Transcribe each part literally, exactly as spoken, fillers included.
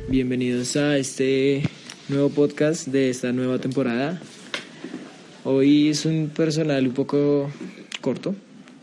bienvenidos a este nuevo podcast de esta nueva temporada. Hoy es un personal un poco corto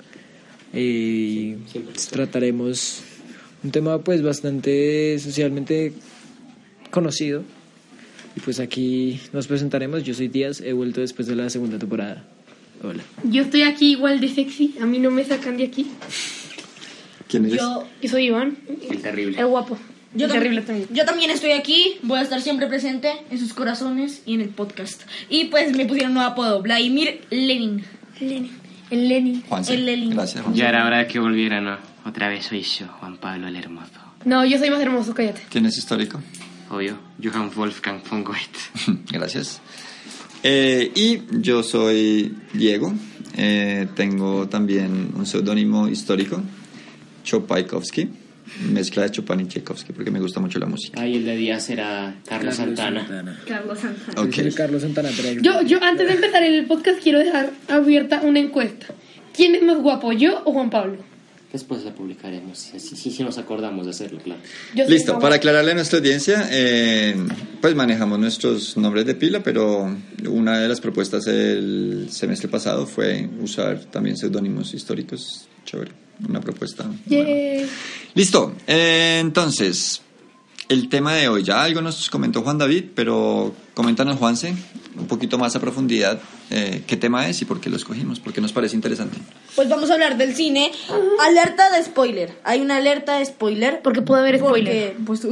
y trataremos un tema pues bastante socialmente conocido. Y pues aquí nos presentaremos. Yo soy Díaz, he vuelto después de la segunda temporada. Hola. Yo estoy aquí igual de sexy, a mí no me sacan de aquí. ¿Quién eres? Yo, yo soy Iván. El terrible. El guapo. Yo, el tam- terrible también. yo también estoy aquí, voy a estar siempre presente en sus corazones y en el podcast. Y pues me pusieron un nuevo apodo, Vladimir Lenin. Lenin. El Lenin. Juanse. El Lenin. Gracias, Juanse. Ya era hora de que volviera, ¿no? Otra vez soy yo, Juan Pablo el Hermoso. No, yo soy más hermoso, cállate. ¿Tienes histórico? Obvio, Johann Wolfgang von Goethe. Gracias. Eh, y yo soy Diego. Eh, tengo también un seudónimo histórico, Chopaikovsky. Mezcla de Chopin y Tchaikovsky, porque me gusta mucho la música. Ay, el de Díaz era Carlos, Santana. Carlos Santana. Ok. Yo soy Carlos Santana, pero Yo, yo antes de empezar el podcast quiero dejar abierta una encuesta. ¿Quién es más guapo, yo o Juan Pablo? Después la publicaremos, si, si, si nos acordamos de hacerlo, claro. Yo soy Listo, más para guapo. aclararle a nuestra audiencia, eh, pues manejamos nuestros nombres de pila, pero una de las propuestas del semestre pasado fue usar también seudónimos históricos. Chévere, una propuesta. Yeah. buena. Listo, eh, entonces, el tema de hoy, ya algo nos comentó Juan David, pero coméntanos, Juanse, un poquito más a profundidad, eh, qué tema es y por qué lo escogimos, porque nos parece interesante. Pues vamos a hablar del cine. Alerta de spoiler. Hay una alerta de spoiler. Porque puede haber spoiler. Porque, pues,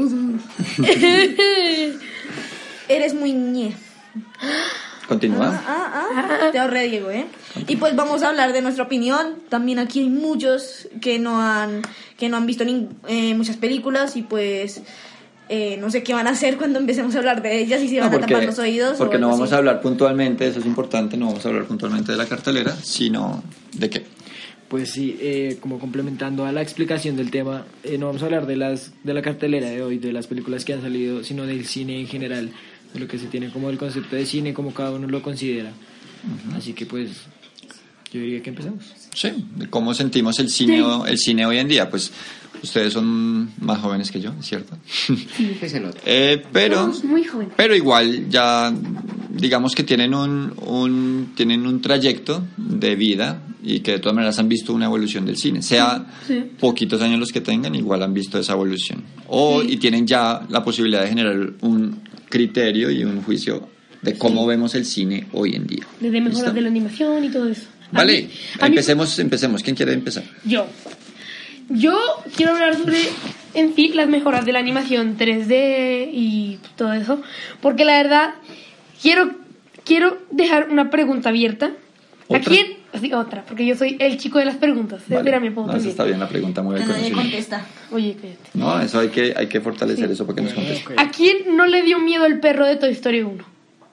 eres muy ñe. Continúa. Ah, ah, ah. Te ahorré, Diego, ¿eh? Y pues vamos a hablar de nuestra opinión. También aquí hay muchos que no han, que no han visto ni, eh, muchas películas y pues eh, no sé qué van a hacer cuando empecemos a hablar de ellas y si van No, a tapar los oídos. porque o no algo vamos así. a hablar puntualmente, eso es importante, no vamos a hablar puntualmente de la cartelera, sino de qué. pues sí, eh, como complementando a la explicación del tema, eh, no vamos a hablar de las de la cartelera de hoy, de las películas que han salido, sino del cine en general, de lo que se tiene como el concepto de cine, como cada uno lo considera. Uh-huh. Así que pues yo diría que empezamos. Sí, de cómo sentimos el cine, o- el cine hoy en día, pues ustedes son más jóvenes que yo, ¿es cierto? ¿Qué se nota? Eh, pero, Somos muy jóvenes. pero igual ya digamos que tienen un, un tienen un trayecto de vida y que de todas maneras han visto una evolución del cine, sea Sí. poquitos años los que tengan, igual han visto esa evolución, o Sí. y tienen ya la posibilidad de generar un criterio y un juicio de cómo vemos el cine hoy en día. Desde mejoras ¿Listo? de la animación y todo eso. A Vale, mí- a mí- empecemos, empecemos. ¿Quién quiere empezar? Yo. Yo quiero hablar sobre, en sí, las mejoras de la animación tres D y todo eso. Porque la verdad, quiero, quiero dejar una pregunta abierta. ¿A ¿Otra? quién? Sí, otra, porque yo soy el chico de las preguntas. Vale. Espera, me puedo No, esa también. está bien la pregunta, muy bien Que nadie conocida. contesta. Oye, cállate. No, eso hay que, hay que fortalecer eso para que nos conteste. ¿A quién no le dio miedo el perro de Toy Story uno?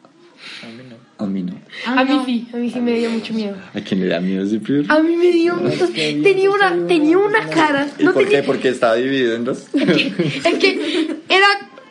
A mí no. A mí sí, a mí sí me dio mucho miedo. ¿A quién le da miedo ese perro? A mí me dio mucho. Tenía una, tenía una cara. ¿Y No por tenía, qué? Porque estaba dividido en dos. es que era.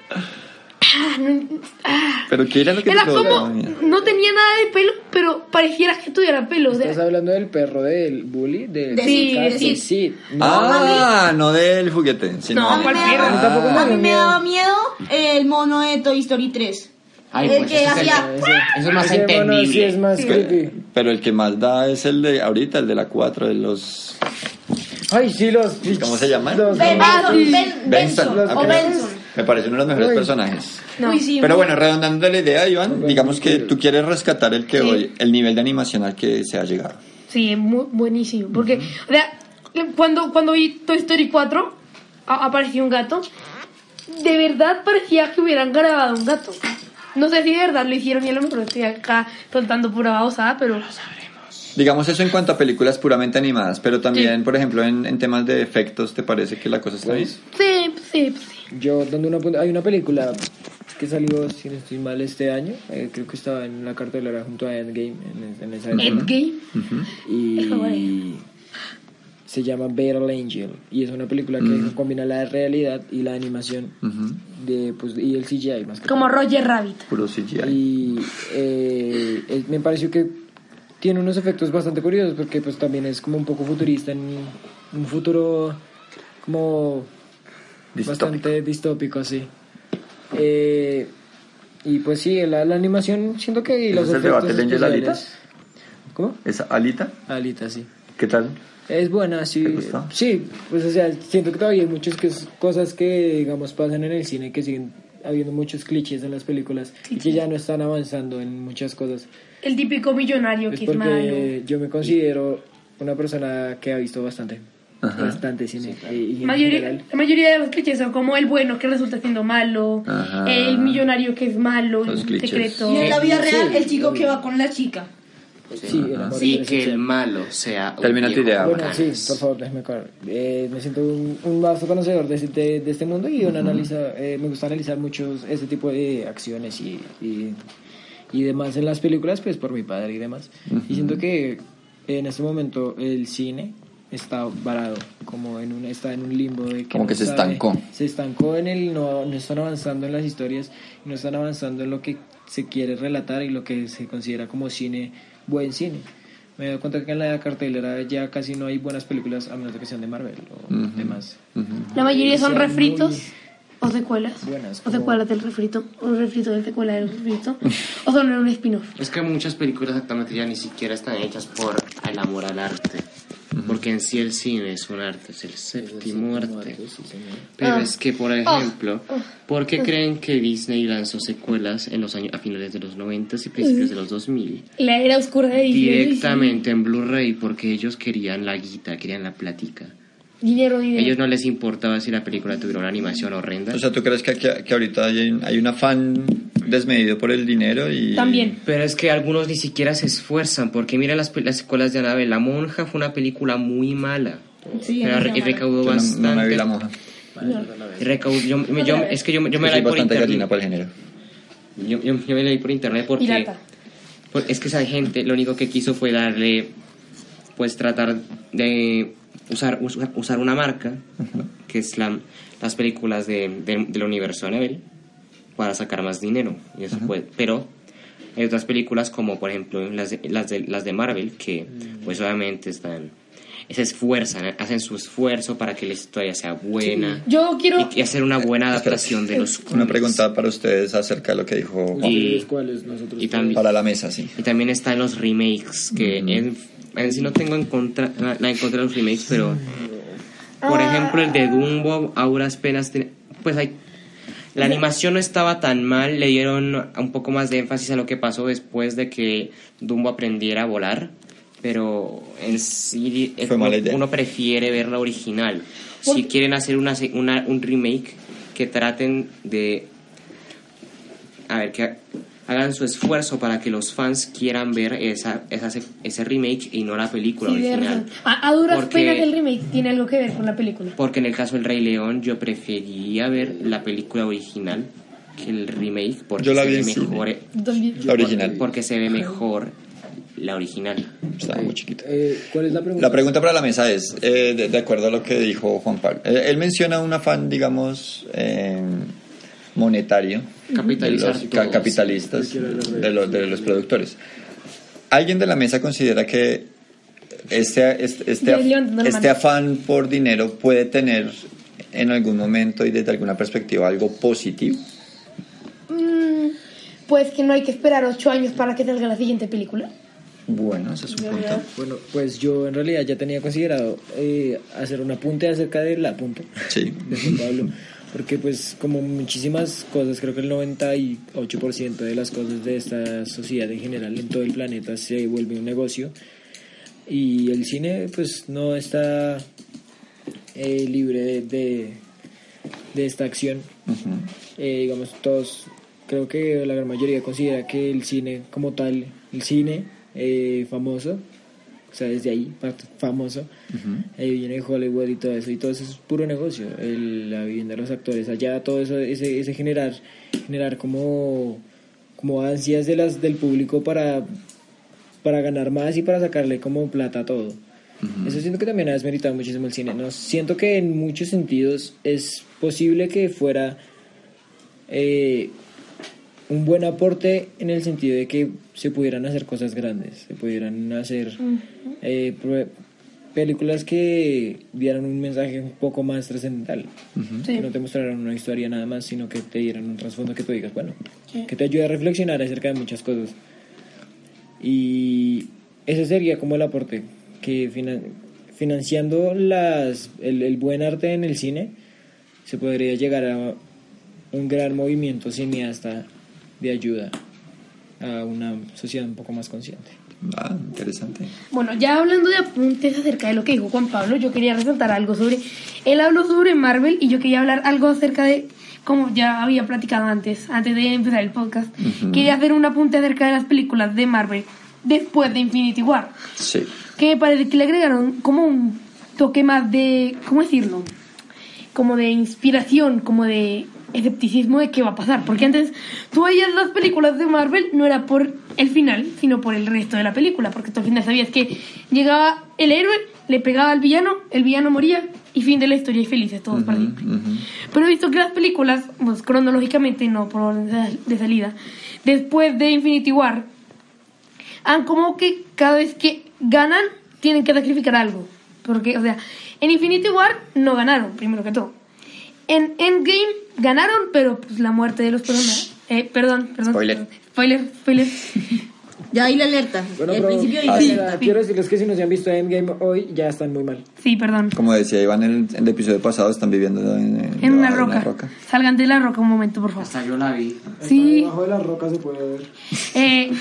Ah, no, ah. ¿Pero qué era lo que Era te provocaba como. miedo? No tenía nada de pelo, pero pareciera que tuviera pelo. O sea, ¿Estás hablando del perro del bully? Del De Sí, Ah, de sí, Sid. sí. No, Ah, no del juguete, No, sino... A mí ¿cuál me perro? daba- Tampoco me a dio mí me miedo. daba miedo el mono de Toy Story tres. Ay, El pues que ese es el- hacía- ese- eso es más ese mono entendible. sí es más creepy. Pero el que más da es el de ahorita, el de la cuatro, de los... Ay, sí, los... ¿Cómo se llaman? Los- Ben- Ah, Benson, sí. Ben- Benson. Benson, o Ok. Benson. Me parece uno de los mejores Uy. personajes. no. Uy, sí, Pero muy- bueno, redondando la idea, Iván, digamos que tú quieres rescatar el que Sí. hoy, el nivel de animación al que se ha llegado. Sí, es muy buenísimo. Porque, o sea, cuando, cuando vi Toy Story cuatro, a- apareció un gato. De verdad parecía que hubieran grabado un gato. No sé si de verdad lo hicieron y a lo mejor estoy acá soltando pura babosada, pero. Digamos eso en cuanto a películas puramente animadas, pero también, Sí. por ejemplo, en, en temas de efectos, ¿te parece que la cosa está bien? Sí, sí, sí. Yo dando una punta- hay una película que salió, si no estoy mal, este año, eh, creo que estaba en la cartelera junto a Endgame en, en esa época. Endgame. Eso, Y bueno. se llama Battle Angel y es una película que Mm. combina la realidad y la animación Ujú. de pues y el C G I más que Como Roger Rabbit. Puro C G I. y eh, eh, me pareció que tiene unos efectos bastante curiosos porque pues también es como un poco futurista en un futuro como Distópico. bastante distópico, sí. Eh, y pues sí, la, la animación, siento que ¿Ese los es el efectos debate de Angel Alita? especiales- ¿Cómo? ¿Es Alita? Alita, sí. ¿Qué tal? Es buena, sí. ¿Te gustó? Sí, pues o sea, siento que todavía hay muchas que, cosas que, digamos, pasan en el cine, que siguen habiendo muchos clichés en las películas y que ya no están avanzando en muchas cosas. El típico millonario Es que es malo. porque yo me considero una persona que ha visto bastante, Ajá. bastante cine. Y, y en Mayoría- general, la mayoría de los clichés son como el bueno que resulta siendo malo, Ajá. el millonario que es malo, Los el clichés. secreto. Y en la vida real, Sí, el chico obvio. que va con la chica. sí, el amor Y que el heterosexual. malo sea un Termina tu viejo idea. Bueno, bacán. sí, por favor, déjeme acabar. Eh, me siento un, un vasto conocedor de, este- de este mundo y uno analiza, eh, me gusta analizar muchos este tipo de acciones y, y, y demás en las películas, pues por mi padre y demás. Y siento que en este momento el cine está varado, como en un, está en un limbo de que Como no que se sabe- estancó. Se estancó en el, no, no están avanzando en las historias, no están avanzando en lo que se quiere relatar y lo que se considera como cine, buen cine. Me doy cuenta que en la cartelera ya casi no hay buenas películas a menos de que sean de Marvel o Ujú. demás. Ujú. La mayoría son Sean refritos muy o secuelas. buenas, O como- secuelas del refrito, o refrito del secuela del refrito. O son un spin-off. Es que muchas películas actualmente ya ni siquiera están hechas por el amor al arte. Porque en sí el cine es un arte, es el séptimo arte. Pero Ah. es que, por ejemplo, ¿por qué creen que Disney lanzó secuelas en los años, a finales de los noventa y principios de los dos mil? La era oscura de Disney. Directamente en Blu-ray, porque ellos querían la guita, querían la platica. Dinero, dinero. Ellos no les importaba si la película tuviera una animación horrenda. O sea, ¿tú crees que, que, que ahorita hay, un- hay un afán desmedido por el dinero y... También. Pero es que algunos ni siquiera se esfuerzan, porque mira las, pe- las secuelas de Annabelle. La monja fue una película muy mala. Sí, Pero no re- sea y mala. recaudó Yo no, bastante. no me vi la moja. Y recaudó, yo, me- yo- es que yo, yo me Yo la soy vi por bastante gallina internet. por el género. Yo, yo, yo me la vi por internet porque, Pirata. por- es que esa gente lo único que quiso fue darle, pues tratar de usar usar, usar una marca, que es la, las películas de, de- del universo de Annabelle, para sacar más dinero. Y eso fue, pero hay otras películas como por ejemplo las de, las de, las de Marvel que pues obviamente están, se esfuerzan, hacen su esfuerzo para que la historia sea buena. Yo quiero... Y, y hacer una buena adaptación de los Una cómics. pregunta para ustedes acerca de lo que dijo Juan. Y- los cuales nosotros y también Para la mesa, sí. y también están los remakes, que en, en sí no tengo en contra, nada en contra de los remakes, pero por ejemplo el de Dumbo, a duras penas, tiene- pues hay, la animación no estaba tan mal, le dieron un poco más de énfasis a lo que pasó después de que Dumbo aprendiera a volar, pero en sí Fue mala uno, idea. uno prefiere ver la original. Si quieren hacer una, se- una, un remake, que traten de... A ver, que hagan su esfuerzo para que los fans quieran ver esa, esa, ese remake y no la película Sí, de original. verdad. A, a duras Porque- penas el remake tiene algo que ver con la película. Porque en el caso del Rey León yo preferiría ver la película original que el remake porque Yo la se vi ve en cine. mejor Yo también. La original. porque se ve mejor la original. Estaba muy chiquito. Eh, ¿Cuál es la pregunta? La pregunta para la mesa es, eh, de, de acuerdo a lo que dijo Juan Pablo, eh, él menciona un afán, digamos, eh, monetario, Capitalizar de los ca- todo. capitalistas de los, de los productores. ¿Alguien de la mesa considera que este, este, este, Yo af- levanto la este mano. afán por dinero puede tener en algún momento y desde alguna perspectiva algo positivo? Mm, pues que no hay que esperar ocho años para que salga la siguiente película. Bueno, ese es un punto. Bueno, pues yo en realidad ya tenía considerado eh, hacer un apunte acerca del apunte Sí. de Juan Pablo, porque pues como muchísimas cosas, creo que el noventa y ocho por ciento de las cosas de esta sociedad en general, en todo el planeta, se vuelve un negocio y el cine pues no está eh, libre de, de, de esta acción. Ujú. Eh, digamos, todos, creo que la gran mayoría considera que el cine como tal, el cine eh, famoso, o sea, desde ahí, parte famoso, eh, viene de Hollywood y todo eso, y todo eso es puro negocio, el, la vivienda de los actores, allá todo eso, ese, ese generar, generar como, como ansias de las, del público para, para ganar más y para sacarle como plata a todo. Eso siento que también ha desmeritado muchísimo el cine, ¿no? Siento que en muchos sentidos es posible que fuera eh, un buen aporte en el sentido de que se pudieran hacer cosas grandes, se pudieran hacer, eh, pro- películas que dieran un mensaje un poco más trascendental. Ujú. Sí. Que no te mostraran una historia nada más, sino que te dieran un trasfondo que tú digas, bueno, que te ayude a reflexionar acerca de muchas cosas. Y ese sería como el aporte, que finan- financiando las el, el buen arte en el cine, se podría llegar a un gran movimiento cineasta de ayuda a una sociedad un poco más consciente. Ah, interesante. Bueno, ya hablando de apuntes acerca de lo que dijo Juan Pablo, yo quería resaltar algo sobre... Él habló sobre Marvel y yo quería hablar algo acerca de... Como ya había platicado antes, antes de empezar el podcast, Ujú. quería hacer un apunte acerca de las películas de Marvel después de Infinity War. Sí. Que me parece que le agregaron como un toque más de... ¿Cómo decirlo? Como de inspiración, como de escepticismo de qué va a pasar. Porque antes tú veías las películas de Marvel, no era por el final, sino por el resto de la película. Porque tú al final sabías que llegaba el héroe, le pegaba al villano, el villano moría y fin de la historia y felices todos para siempre. Ujú. Pero he visto que las películas, pues cronológicamente, no por orden de- de salida, después de Infinity War, han como que cada vez que ganan, tienen que sacrificar algo. Porque, o sea, en Infinity War no ganaron, primero que todo. En Endgame ganaron, pero pues la muerte de los personajes... Eh, perdón, perdón. Spoiler. perdón. Spoiler, spoiler. Ya ahí la alerta. Bueno, al pero principio ahí la Ah, o sí. alerta. sea, quiero decirles que si no se han visto Endgame hoy, ya están muy mal. Sí, perdón. Como decía Iván en el, en el episodio pasado, están viviendo en, En una debajo de roca. Salgan de la roca un momento, por favor. Hasta yo la vi. Sí. Debajo de la roca se puede ver. Eh,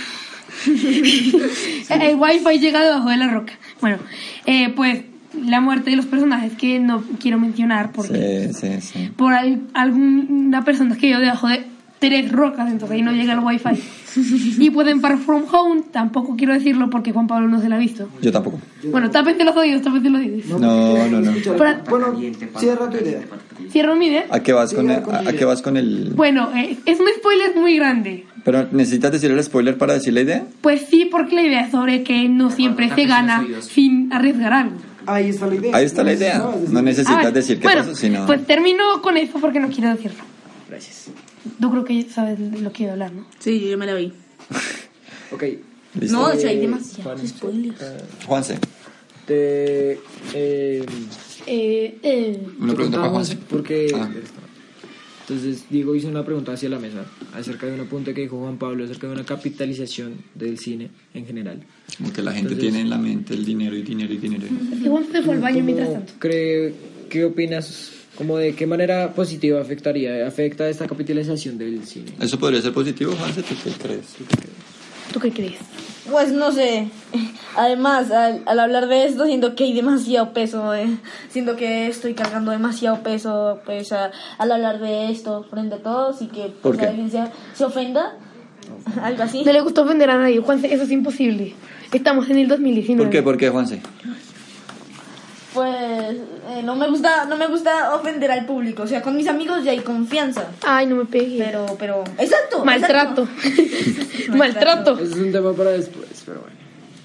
el wifi llega debajo de la roca. Bueno, eh, pues la muerte de los personajes que no quiero mencionar porque Sí, sí, sí. por ahí alguna persona que yo debajo de tres rocas, entonces ahí no llega el wifi. Y pues en Far From Home tampoco quiero decirlo porque Juan Pablo no se la ha visto. Yo tampoco. Bueno, tápense los oídos, tápense los oídos. No, no, no. Para- Bueno, cierra tu idea. Cierro mi idea. ¿A qué vas con Sí, el, con a, a idea. qué vas con el...? Bueno, eh, es un spoiler muy grande. Pero necesitas decir el spoiler para decir la idea. Pues sí, porque la idea es sobre que no siempre se gana sin arriesgar algo. Ahí está la idea. Ahí está la idea. No necesitas Ah, decir qué bueno, pasó, sino... pues termino con eso porque no quiero decirlo. Gracias. Tú creo que sabes de lo que iba a hablar, ¿no? Sí, yo me la vi. Ok. ¿Listo? No, Eh, o sea, hay demasiados Juan, spoilers. eh, Juanse, Te... Eh, Eh, eh. una pregunta para Contamos Juanse. Porque... Ah. Entonces, Diego hizo una pregunta hacia la mesa acerca de un apunte que dijo Juan Pablo acerca de una capitalización del cine en general. Como que la gente Entonces- tiene en la mente el dinero y dinero y dinero. Es que Juan se fue al baño ¿Cómo mientras tanto. cree- ¿Qué opinas? Como de qué manera positiva afectaría, afecta esta capitalización del cine? ¿Eso podría ser positivo, Juanse? ¿Tú qué crees? ¿Tú qué crees? Pues no sé. Además, al, al hablar de esto, siento que hay demasiado peso. Eh. Siento que estoy cargando demasiado peso pues, a- al hablar de esto frente a todos y que ¿Por pues, qué? la audiencia se ofenda. Algo así. No le gusta ofender a nadie, Juan, eso es imposible. Estamos en el dos mil diecinueve. ¿Por qué? ¿Por qué, Juanse? Pues eh, no me gusta no me gusta ofender al público. O sea, con mis amigos ya hay confianza. Ay, no me pegues. Pero, pero... Exacto. Maltrato. exacto. Maltrato. Ese es un tema para después, pero bueno.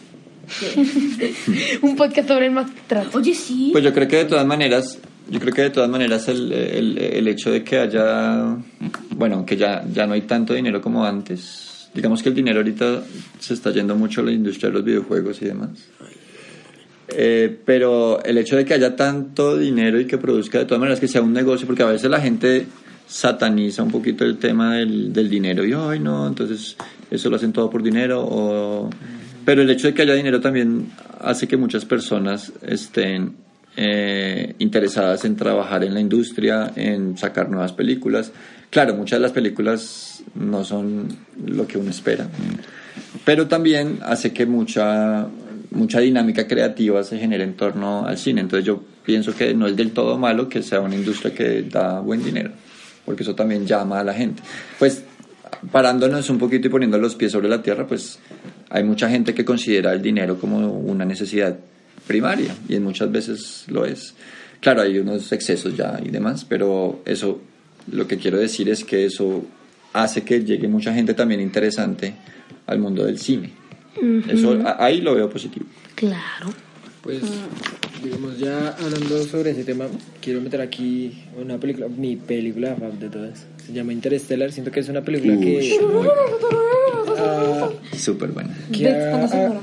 Un podcast sobre el maltrato. Oye, sí. Pues yo creo que de todas maneras, yo creo que de todas maneras el, el, el hecho de que haya, bueno, que ya, ya no hay tanto dinero como antes, digamos que el dinero ahorita se está yendo mucho a la industria de los videojuegos y demás. Eh, pero el hecho de que haya tanto dinero y que produzca de todas maneras que sea un negocio, porque a veces la gente sataniza un poquito el tema del, del dinero y ay no, entonces eso lo hacen todo por dinero o... pero el hecho de que haya dinero también hace que muchas personas estén eh, interesadas en trabajar en la industria, en sacar nuevas películas. Claro, muchas de las películas no son lo que uno espera, pero también hace que mucha mucha dinámica creativa se genere en torno al cine. Entonces yo pienso que no es del todo malo que sea una industria que da buen dinero, porque eso también llama a la gente. Pues parándonos un poquito y poniendo los pies sobre la tierra, pues hay mucha gente que considera el dinero como una necesidad primaria y muchas veces lo es. Claro, hay unos excesos ya y demás, pero eso, lo que quiero decir es que eso hace que llegue mucha gente también interesante al mundo del cine. Eso a- ahí lo veo positivo. Claro. Pues, digamos, ya hablando sobre ese tema, quiero meter aquí una película, mi película fav de todas. Se llama Interstellar. Siento que es una película que... Uy. ah, Súper buena. que De ha- banda sonora. ha-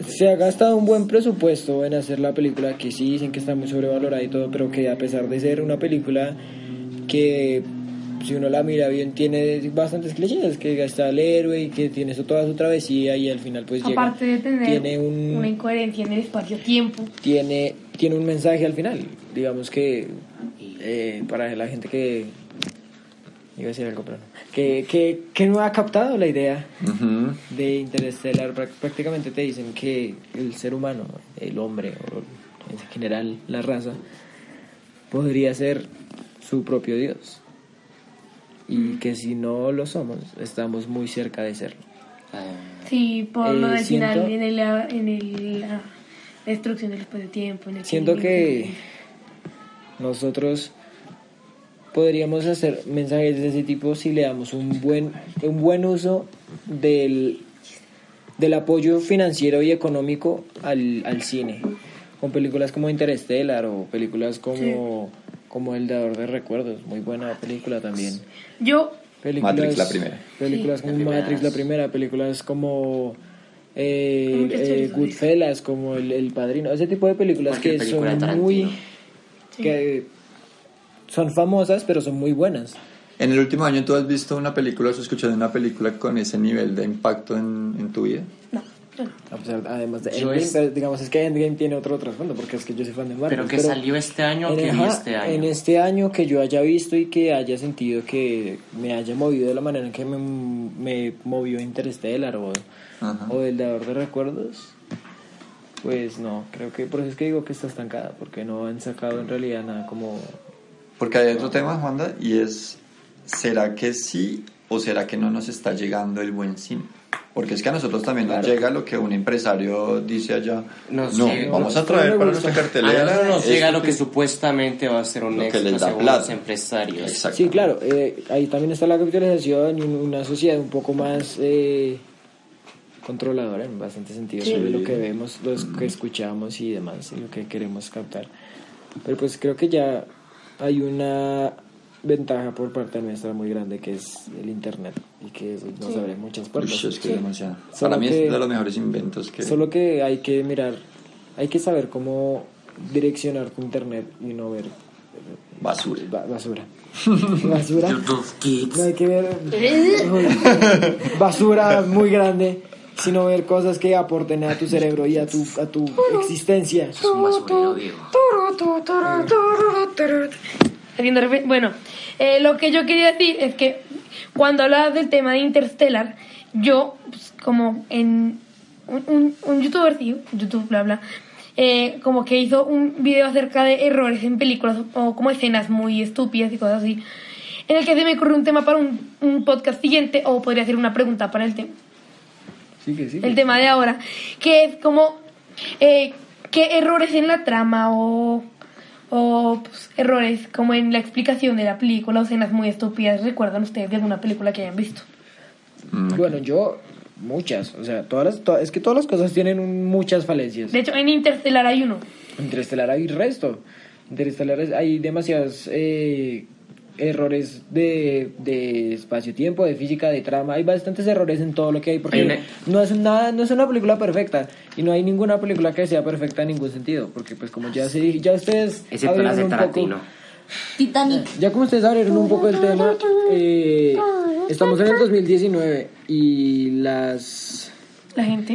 se ha gastado un buen presupuesto en hacer la película, que sí dicen que está muy sobrevalorada y todo, pero que a pesar de ser una película que, si uno la mira bien, tiene bastantes clichés, que está el héroe y que tiene eso, toda su travesía, y al final pues llega, Aparte de tener tiene un, una incoherencia en el espacio-tiempo. tiene, tiene un mensaje al final, digamos que eh, para la gente que iba a decir algo, pero no, que, que, que no ha captado la idea Ujú. de Interestelar. Prá- prácticamente te dicen que el ser humano, el hombre o en general la raza, podría ser su propio Dios, y que si no lo somos, estamos muy cerca de serlo. Sí, por lo Eh, del final, siento- en, el, en el, la destrucción del espacio-tiempo. En el Siento que- que nosotros podríamos hacer mensajes de ese tipo si le damos un buen un buen uso del, del apoyo financiero y económico al, al cine, con películas como Interstellar o películas como, como El Dador de Recuerdos, muy buena película también. Yo, Películas, Matrix, la primera. Películas Sí, como las Matrix, primeras. la primera. Películas como eh, Hay muchas eh, chéveres, Goodfellas, como el, el Padrino. Ese tipo de películas Cualquier que película de son Tarantino. muy... que son famosas, pero son muy buenas. En el último año, ¿tú has visto una película o has escuchado una película con ese nivel de impacto en, en tu vida? no, yo no. A pesar- además de Yo Endgame, es- pero digamos, es que Endgame tiene otro trasfondo, porque es que yo soy fan de Marvel. Pero que salió este año o que vi ajá, este año. en este año que yo haya visto y que haya sentido que me haya movido de la manera en que me, me movió Interstellar o, Ajá. o El Dador de Recuerdos, pues no, creo que por eso es que digo que está estancada, porque no han sacado en realidad nada como... Porque hay otro tema, Juanda, y es, ¿será que sí o será que no nos está llegando el buen cine? Porque es que a nosotros también nos Claro. llega lo que un empresario dice allá. Nos no, llega- vamos a no traer me para gusta. nuestra A cartelera. nosotros nos esto llega lo que que- supuestamente va a ser un Lo que éxito les da según plata. los empresarios. Exacto. Sí, claro, eh, ahí también está la capitalización y un- una sociedad un poco más eh, controladora en bastante sentido Sí. sobre lo que vemos, lo que escuchamos y demás, y lo que queremos captar. Pero pues creo que ya hay una ventaja por parte nuestra muy grande, que es el internet, y que eso nos abre muchas Uy, puertas. es que es demasiado. Solo Para mí que- es de los mejores inventos que... Solo que hay que mirar, hay que saber cómo direccionar tu internet y no ver Basura. ba- basura. Basura. YouTube Kids. No hay que ver basura muy grande, sino ver cosas que aporten a tu cerebro y a tu, a tu existencia. Es un basurero vivo. Haciendo refer- Bueno, eh, lo que yo quería decir es que cuando hablabas del tema de Interstellar, yo, pues, como en un, un, un youtuber, tío, YouTube, bla, bla, eh, como que hizo un video acerca de errores en películas o como escenas muy estúpidas y cosas así, en el que se me ocurrió un tema para un, un podcast siguiente, o podría ser una pregunta para el tema. Sí, que sí. El tema de ahora, que es como eh, qué errores en la trama o, o pues, errores como en la explicación de la película o escenas muy estúpidas recuerdan ustedes de alguna película que hayan visto. Mm, Bueno, yo muchas, o sea, todas las, to- es que todas las cosas tienen un- muchas falencias. De hecho, en Interstellar hay uno. Interestelar hay resto. Interestelar es- hay demasiados eh, errores de, de espacio-tiempo, de física, de trama. Hay bastantes errores en todo lo que hay, porque Hay una- no es nada, no es una película perfecta, y no hay ninguna película que sea perfecta en ningún sentido, porque pues como ya se dije- ya ustedes Excepto las de abrieron un poco- Tarantino. Titanic. ya como ustedes abrieron un poco el tema, eh, estamos en el dos mil diecinueve y las... La gente.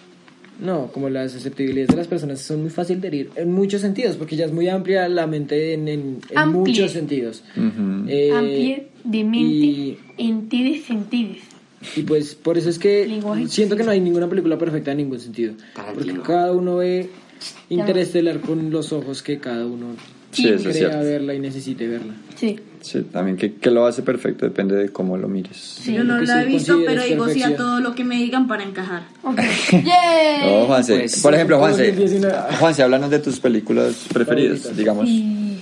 No, como las susceptibilidades de las personas son muy fácil de herir en muchos sentidos, porque ya es muy amplia la mente en, en, en Amplia. muchos sentidos. Ujú. Eh, Amplia de mente, y- entides, sentides. Y pues por eso es que Lenguaje. siento que no hay ninguna película perfecta en ningún sentido. Tarantino. Porque cada uno ve Interestelar con los ojos que cada uno Sí, eso es crea cierto. verla y necesite verla. Sí. Sí, también que, que lo hace perfecto depende de cómo lo mires. Yo no lo que la he sí visto, consideres pero digo sí a perfección. todo lo que me digan para encajar. Ok. ¡Yay! No, Juanse, Pues, por ejemplo, dos Juanse, mil diecinueve. Juanse, háblanos de tus películas preferidas, Favoritas. digamos, Y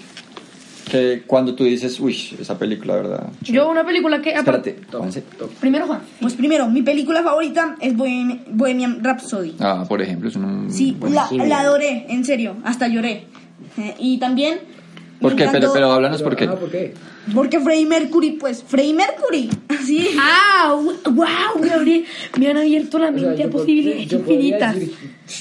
que cuando tú dices, uy, esa película, ¿verdad? yo una película que... Espérate, Juanse. Primero Juan. Pues primero, mi película favorita es Bohem- Bohemian Rhapsody. Ah, por ejemplo, es un Sí, buen la, cine. la adoré, en serio, hasta lloré. Eh, y también ¿Por Me qué? encantó. Pero, pero háblanos por qué. Ah, ¿por qué? Porque Freddie Mercury, pues, Freddie Mercury. Así. Ah, wow, me, abrí- me han abierto la O sea, mente a yo po- posibilidades yo podría infinitas. decir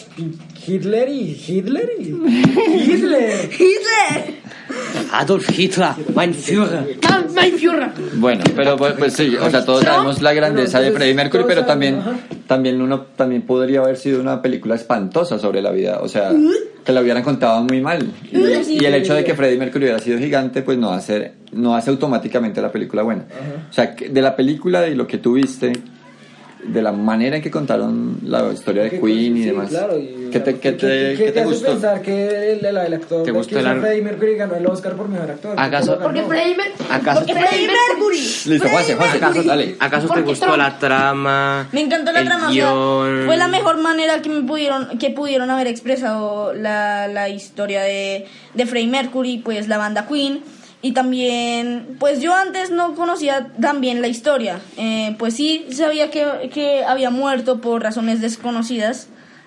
Hitler y Hitler y Hitler. Hitler. Adolf Hitler, mein Führer. Ah, mein Führer. Bueno, pero pues, pues sí, o sea, todos sabemos la grandeza de Entonces, Freddie Mercury, todos pero sabemos, también, ajá. también uno también podría haber sido una película espantosa sobre la vida, o sea, que la hubieran contado muy mal. Y, y el hecho de que Freddie Mercury hubiera sido gigante, pues no hace, no hace automáticamente la película buena. O sea, que de la película, de lo que tú viste, de la manera en que contaron la historia de Que- Queen y sí, demás, claro, y- ¿qué te, qué te, ¿Qué- qué qué te hace gustó? pensar que el, el, el actor ¿Te que gustó hizo el ar- Freddie Mercury ganó el Oscar por mejor actor? ¿Acaso- ¿Por qué Porque lo ganó? Freddie Mer- ¿Acaso, Porque Freddie Mercury. Listo, Juanse, Juanse, acaso, dale. ¿acaso te Porque gustó Trump- la trama? Me encantó la el trama, o sea, guión? fue la mejor manera que me pudieron que pudieron haber expresado la, la historia de, de Freddie Mercury, pues la banda Queen. Y también, pues yo antes no conocía tan bien la historia. Eh, pues sí sabía que, que había muerto por razones desconocidas.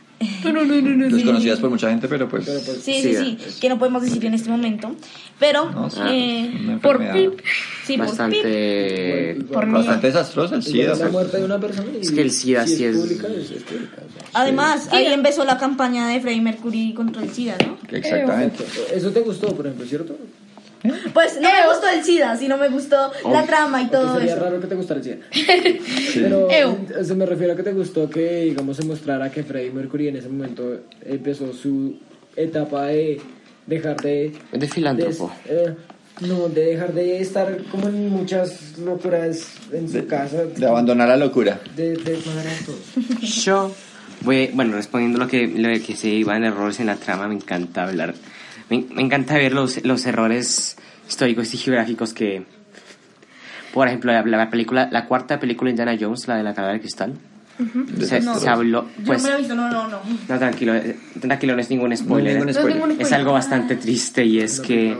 Desconocidas por mucha gente, pero pues... Sí, sí, sí, que no podemos decir en este momento. Pero, No, sí, eh, una por enfermedad pip, sí, por pip. Bastante... Por mí. Bastante desastrosa, el SIDA. Igual la pues. muerte de una persona y Es que el SIDA si sí es- pública, es, es pública, o sea. Además, ahí empezó la campaña de Freddie Mercury contra el SIDA, ¿no? Exactamente. Eso te gustó, por ejemplo, ¿cierto? Pues no me gustó el SIDA, sino me gustó la trama y todo Porque sería eso. raro que te gustara el SIDA. Pero Ew. eh, se me refiere a que te gustó que, digamos, se mostrara que Freddie Mercury en ese momento empezó su etapa de dejar de... De filántropo. de, eh, no, de dejar de estar como en muchas locuras en su casa. De abandonar la locura. De, de madre a todos. Yo voy, bueno, respondiendo lo que, lo que se iban errores en la trama, me encanta hablar. Me, me encanta ver los, los errores históricos y geográficos que, por ejemplo, la, la película, la cuarta película de Indiana Jones, la de la calavera de cristal, se, No. se habló, Yo pues, no me lo he visto, no, no, no. no, tranquilo, eh, tranquilo, no es ningún spoiler. ningún No es spoiler. ningún Es spoiler. algo bastante triste y es que,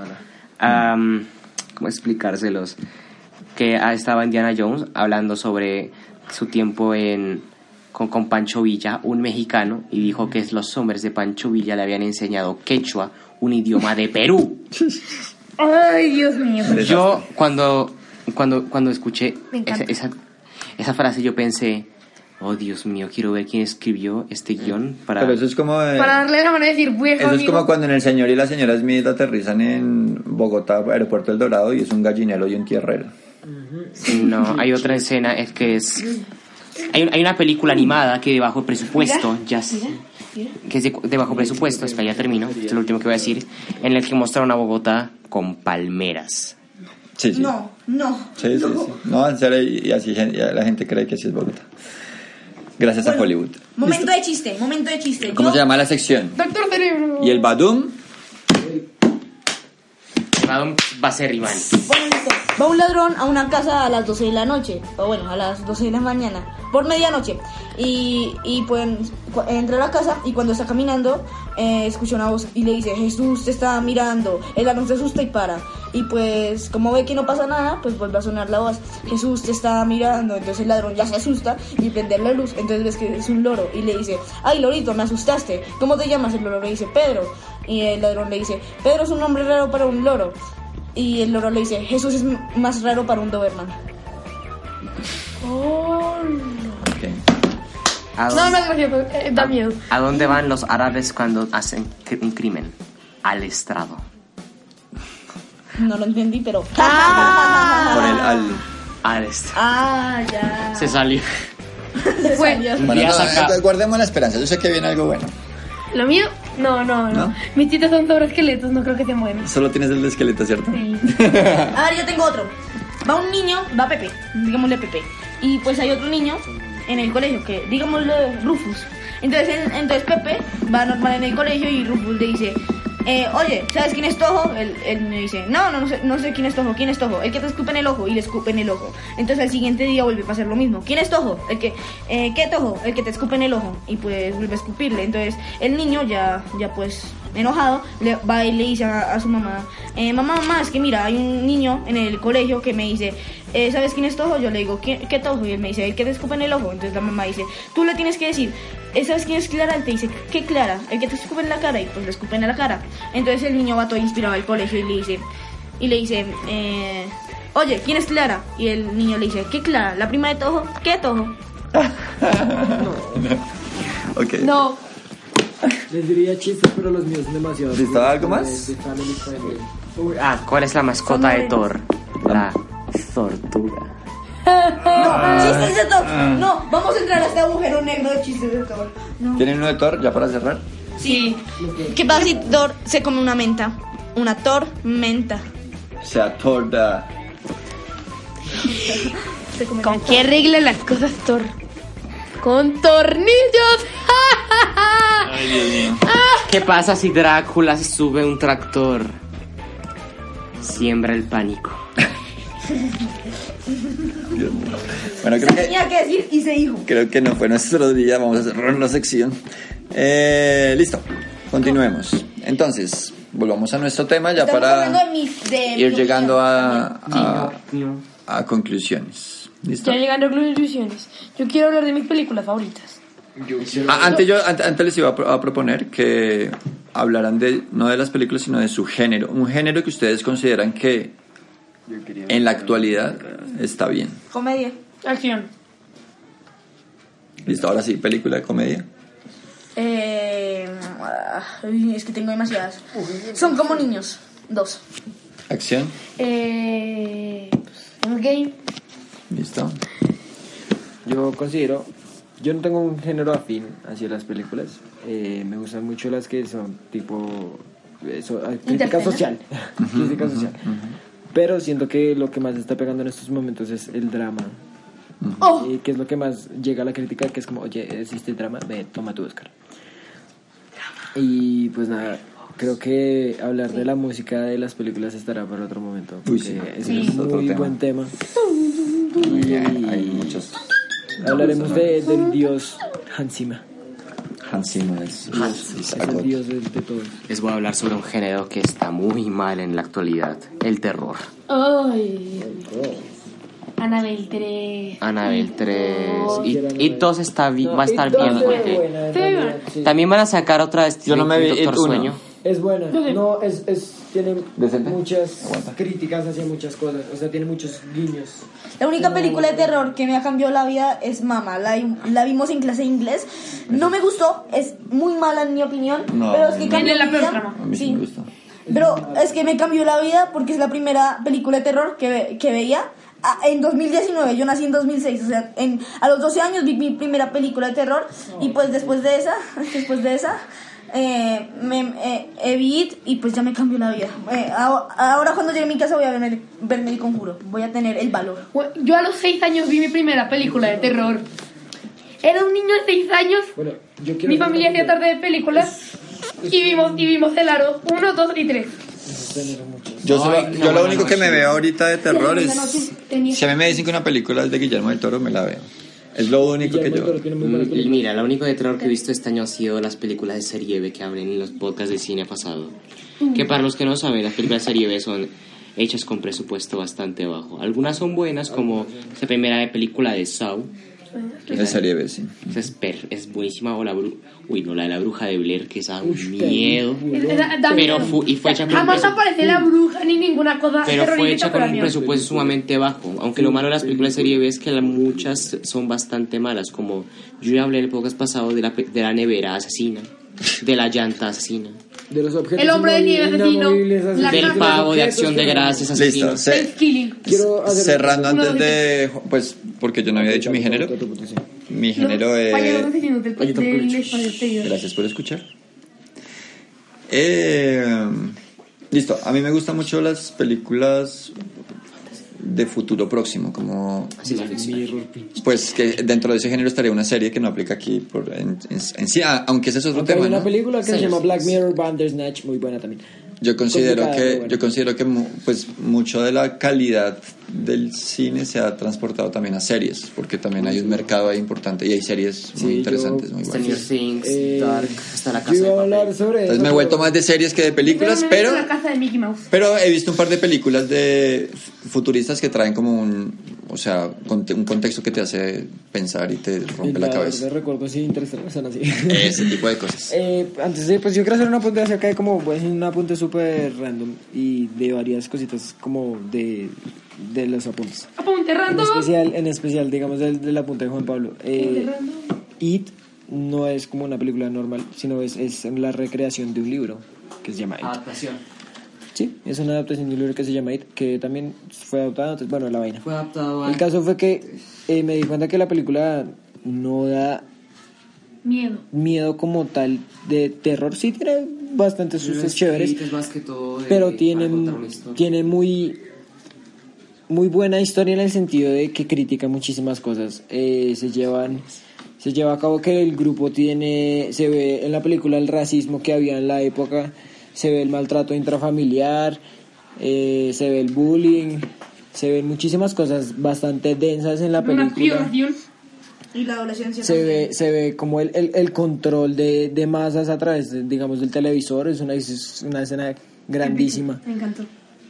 am, ¿cómo explicárselos? Que ah, estaba Indiana Jones hablando sobre su tiempo en, con, con Pancho Villa, un mexicano, y dijo que los hombres de Pancho Villa le habían enseñado quechua, un idioma de Perú. Ay, Dios mío. Yo cuando, cuando, cuando escuché Me esa, encanta. esa, esa frase yo pensé, oh Dios mío, quiero ver quién escribió este guión para... Pero eso es como... de- Para darle la mano de decir, viejo Eso es amigo. como cuando en El Señor y la Señora Smith aterrizan en Bogotá, Aeropuerto El Dorado, y es un gallinero y un tierrero. No, hay otra escena, es que es... Hay, un- hay una película animada que de bajo presupuesto, ya sé, que es de, de bajo presupuesto, espera, ya termino, esto es lo último que voy a decir, en el que mostraron a Bogotá con palmeras. Sí, sí. No, no. Sí, sí, sí. No, en serio, y así gen- y la gente cree que así es Bogotá. Gracias a Bueno, Hollywood. Momento de chiste, momento de chiste. ¿Cómo Yo- se llama la sección? Doctor Cerebro. Y el Badum. Va a ser Iván. Bueno, listo. Va un ladrón a una casa a las doce de la noche, o bueno, a las doce de la mañana, por medianoche. Y, y pues cu- entra a la casa y cuando está caminando, eh, escucha una voz y le dice, Jesús te está mirando. El ladrón se asusta y para. Y pues como ve que no pasa nada, pues vuelve a sonar la voz, Jesús te está mirando. Entonces el ladrón ya se asusta y prende la luz. Entonces ves que es un loro y le dice, ay lorito, me asustaste. ¿Cómo te llamas? El loro le dice, Pedro. Y el ladrón le dice, Pedro es un nombre raro para un loro. Y el loro le dice, Jesús es m- más raro para un Doberman. ¿A No, dónde, no, gracias. eh, da miedo. ¿A dónde van los árabes cuando hacen cri- un crimen? Al estrado. No lo entendí, pero... Por el al. Al estrado. Ah, ya. Se salió. Fue. Bueno, Ya no, saca- eh, guardemos la esperanza. Yo sé que viene algo bueno. ¿Lo mío? No, no, no. ¿No? Mis chistes son sobre esqueletos, no creo que sean buenos. Solo tienes el de esqueleto, ¿cierto? Sí. A ver, yo tengo otro. Va un niño, va Pepe, digámosle Pepe. Y pues hay otro niño en el colegio que, digámosle Rufus. Entonces, en- entonces Pepe va normal en el colegio y Rufus le dice, eh, oye, ¿sabes quién es Tojo? Él, él me dice, no, no, no sé, no sé quién es Tojo, ¿quién es Tojo? El que te escupe en el ojo, y le escupe en el ojo. Entonces al siguiente día vuelve a pasar lo mismo. ¿Quién es Tojo? El que, eh, ¿qué Tojo? El que te escupe en el ojo. Y pues vuelve a escupirle. Entonces el niño ya, ya pues enojado, le va y le dice a, a su mamá, eh, mamá, mamá, es que mira, hay un niño en el colegio que me dice, eh, ¿sabes quién es Tojo? Yo le digo, ¿qué, qué Tojo? Y él me dice, el que te escupe en el ojo. Entonces la mamá dice, tú le tienes que decir, ¿sabes quién es Clara? Él te dice, ¿qué Clara? El que te escupe en la cara, y pues le escupen a la cara. Entonces el niño va todo inspirado al colegio y le dice, y le dice, eh, oye, ¿quién es Clara? Y el niño le dice, ¿qué Clara? ¿La prima de Tojo? ¿Qué Tojo? Ok. No. Les diría chistes, pero los míos son demasiado. ¿Listo? ¿Algo más? De- de Family Friendly. Ah, ¿cuál es la mascota de Thor? La tortuga. No, chistes de Thor. No, vamos a entrar a este agujero negro de chistes de Thor. No. ¿Tienen uno de Thor ya para cerrar? Sí. ¿Qué pasa si Thor se come una menta? Una tormenta. O sea, Thor da... Se come ¿Con menta. qué arregla las cosas Thor? Con tornillos. Ay, Dios mío. ¿Qué pasa si Drácula se sube a un tractor? Siembra el pánico. Dios mío. Bueno, creo Se que, tenía que decir y se dijo. creo que no fue nuestro día. Vamos a cerrar una sección. Eh, listo, continuemos. Entonces, volvamos a nuestro tema ya Estamos para hablando de mis, de mi ir llegando a, opinión. a, a conclusiones. ¿Listo? Ya llegando a conclusiones. Yo quiero hablar de mis películas favoritas. Ah, antes, yo, antes, antes les iba a, pro- a proponer que hablaran de no de las películas, sino de su género. Un género que ustedes consideran que en la actualidad está bien. Comedia. Acción. Listo, ahora sí, película de comedia. Eh, ah, uy, es que tengo demasiadas. Son como niños. Dos. Acción. Eh, Endgame. Listo. Yo considero, yo no tengo un género afín hacia las películas. Eh, me gustan mucho las que son tipo eso, eh, crítica Interpela. social, crítica social. Pero siento que lo que más está pegando en estos momentos es el drama. Oh, Y que es lo que más llega a la crítica, que es como, oye, existe el drama, ve, toma tu Oscar. Y pues nada, creo que hablar de la música de las películas estará para otro momento. Uy, Porque sí. es Sí. un Es otro muy tema. buen tema. Y hay muchos. Hablaremos de, del dios Hans Zimmer. Hans Zimmer es, Es el dios de, de todos. Les voy a hablar sobre un género que está muy mal en la actualidad. El terror. ay. Annabelle tres. Annabelle tres. No, Y, quiero y Annabelle. dos está, bi- va a estar No, bien se ve porque... buena, en Se ve realidad, buena. sí. También van a sacar otra de Yo no me vi Doctor It uno. Sueño. Es buena, no, es, es, tiene ¿Decente? muchas Aguanta. críticas hacia muchas cosas, o sea, tiene muchos guiños. La única película de terror que me ha cambiado la vida es Mama. La, la vimos en clase de inglés. No me gustó, es muy mala en mi opinión. No, pero es que no. cambió Tiene la mi peor vida. trama. A mí sí, Sí. me gusta. Pero es que me cambió la vida porque es la primera película de terror que, ve- que veía. Ah, en dos mil diecinueve, yo nací en dos mil seis, o sea, en, a los doce años vi mi primera película de terror. Y pues después de esa, después de esa, eh, me, eh, eh, vi It y pues ya me cambió la vida. Eh, ahora, ahora cuando llegue a mi casa voy a verme, verme El Conjuro, voy a tener el valor. Bueno, yo a los seis años vi mi primera película de terror. Era un niño de seis años. Bueno, yo quiero Mi familia hacía tarde de películas y vimos, y vimos El Aro uno, dos y tres. Yo, solo, Ay, yo no, lo bueno, único que me sí. veo ahorita de terror Esa es... noche tenía- Si a mí me dicen que una película es de Guillermo del Toro, me la veo. Es lo único que Guillermo del Toro yo... tiene muy buenas Mm, películas. Mira, lo único de terror que he visto este año ha sido las películas de serie B que abren en los podcasts de cine pasado. Que para los que no saben, las películas de serie B son hechas con presupuesto bastante bajo. Algunas son buenas, como esa primera película de Saw. De serie B, sí. Esa es, per- es buenísima. O la bru Uy, no, la de la bruja de Blair, que es da un miedo. Da- da Pero miedo. fu- y fue hecha con Jamás presu- aparece la bruja ni ninguna cosa Pero fue terrorífica hecha por con un la mía. presupuesto sumamente bajo. Aunque lo malo de las películas de serie B es que la- muchas son bastante malas. Como yo ya hablé en el podcast pasado de la, pe- de la nevera asesina, de la llanta asesina, De los objetos El hombre de nieve asesino, inamovibles, la asesinos, del casa. pavo de objetos acción de que- gracias asesino. Listo, se- Thanksgiving. Quiero hacer cerrando Uno antes de de... Pues, porque yo no había dicho mi género. Mi género Los es... payasos asesinos del, Oye, del Tom Cruise. espacio exterior. Gracias por escuchar. Eh, listo, a mí me gustan mucho las películas de futuro próximo, como pues que dentro de ese género estaría una serie que no aplica aquí por, en, en- en sí, ah, aunque ese es otro Aunque hay tema, una ¿no? película que se Sí. llama Black Mirror Bandersnatch, muy buena también. Yo considero Complicada, que pero bueno. yo considero que mu- pues mucho de la calidad del cine se ha transportado también a series, porque también hay un mercado ahí importante y hay series muy Sí, interesantes, yo- muy Stranger buenas. Things, Eh, Dark, hasta La Yo Casa iba de a hablar Papel. sobre Entonces eso, me he vuelto pero- más de series que de películas, Yo me meto pero en la casa de Mickey Mouse. pero he visto un par de películas de futuristas que traen como un, o sea, conte- un contexto que te hace pensar y te rompe la cabeza. De recuerdo, sí, interesante, son así. Ese tipo de cosas. Eh, antes de, pues yo quiero hacer un apunte acerca de como, pues un apunte súper random y de varias cositas como de, de los apuntes. Apunte En random. especial, en especial, digamos, del, del apunte de Juan Pablo. Eh, Apunte random. It no es como una película normal, sino es, es la recreación de un libro que se llama It. Adaptación. Sí, es una adaptación de un libro que se llama It, que también fue adaptado, entonces, bueno, la vaina. Fue adaptado a... El caso fue que eh, me di cuenta que la película no da Miedo. miedo como tal de terror. Sí tiene bastantes sustos chéveres, Es más que todo de- pero para tiene, contar una historia. tiene muy muy buena historia en el sentido de que critica muchísimas cosas. Eh, se llevan se lleva a cabo que el grupo tiene, se ve en la película el racismo que había en la época, se ve el maltrato intrafamiliar, eh, se ve el bullying, se ven muchísimas cosas bastante densas en la Una película. violación. Y la adolescencia Se también. ve, se ve como el, el, el control de, de masas a través, de, digamos, del televisor. Es una, es una escena grandísima. Me encantó.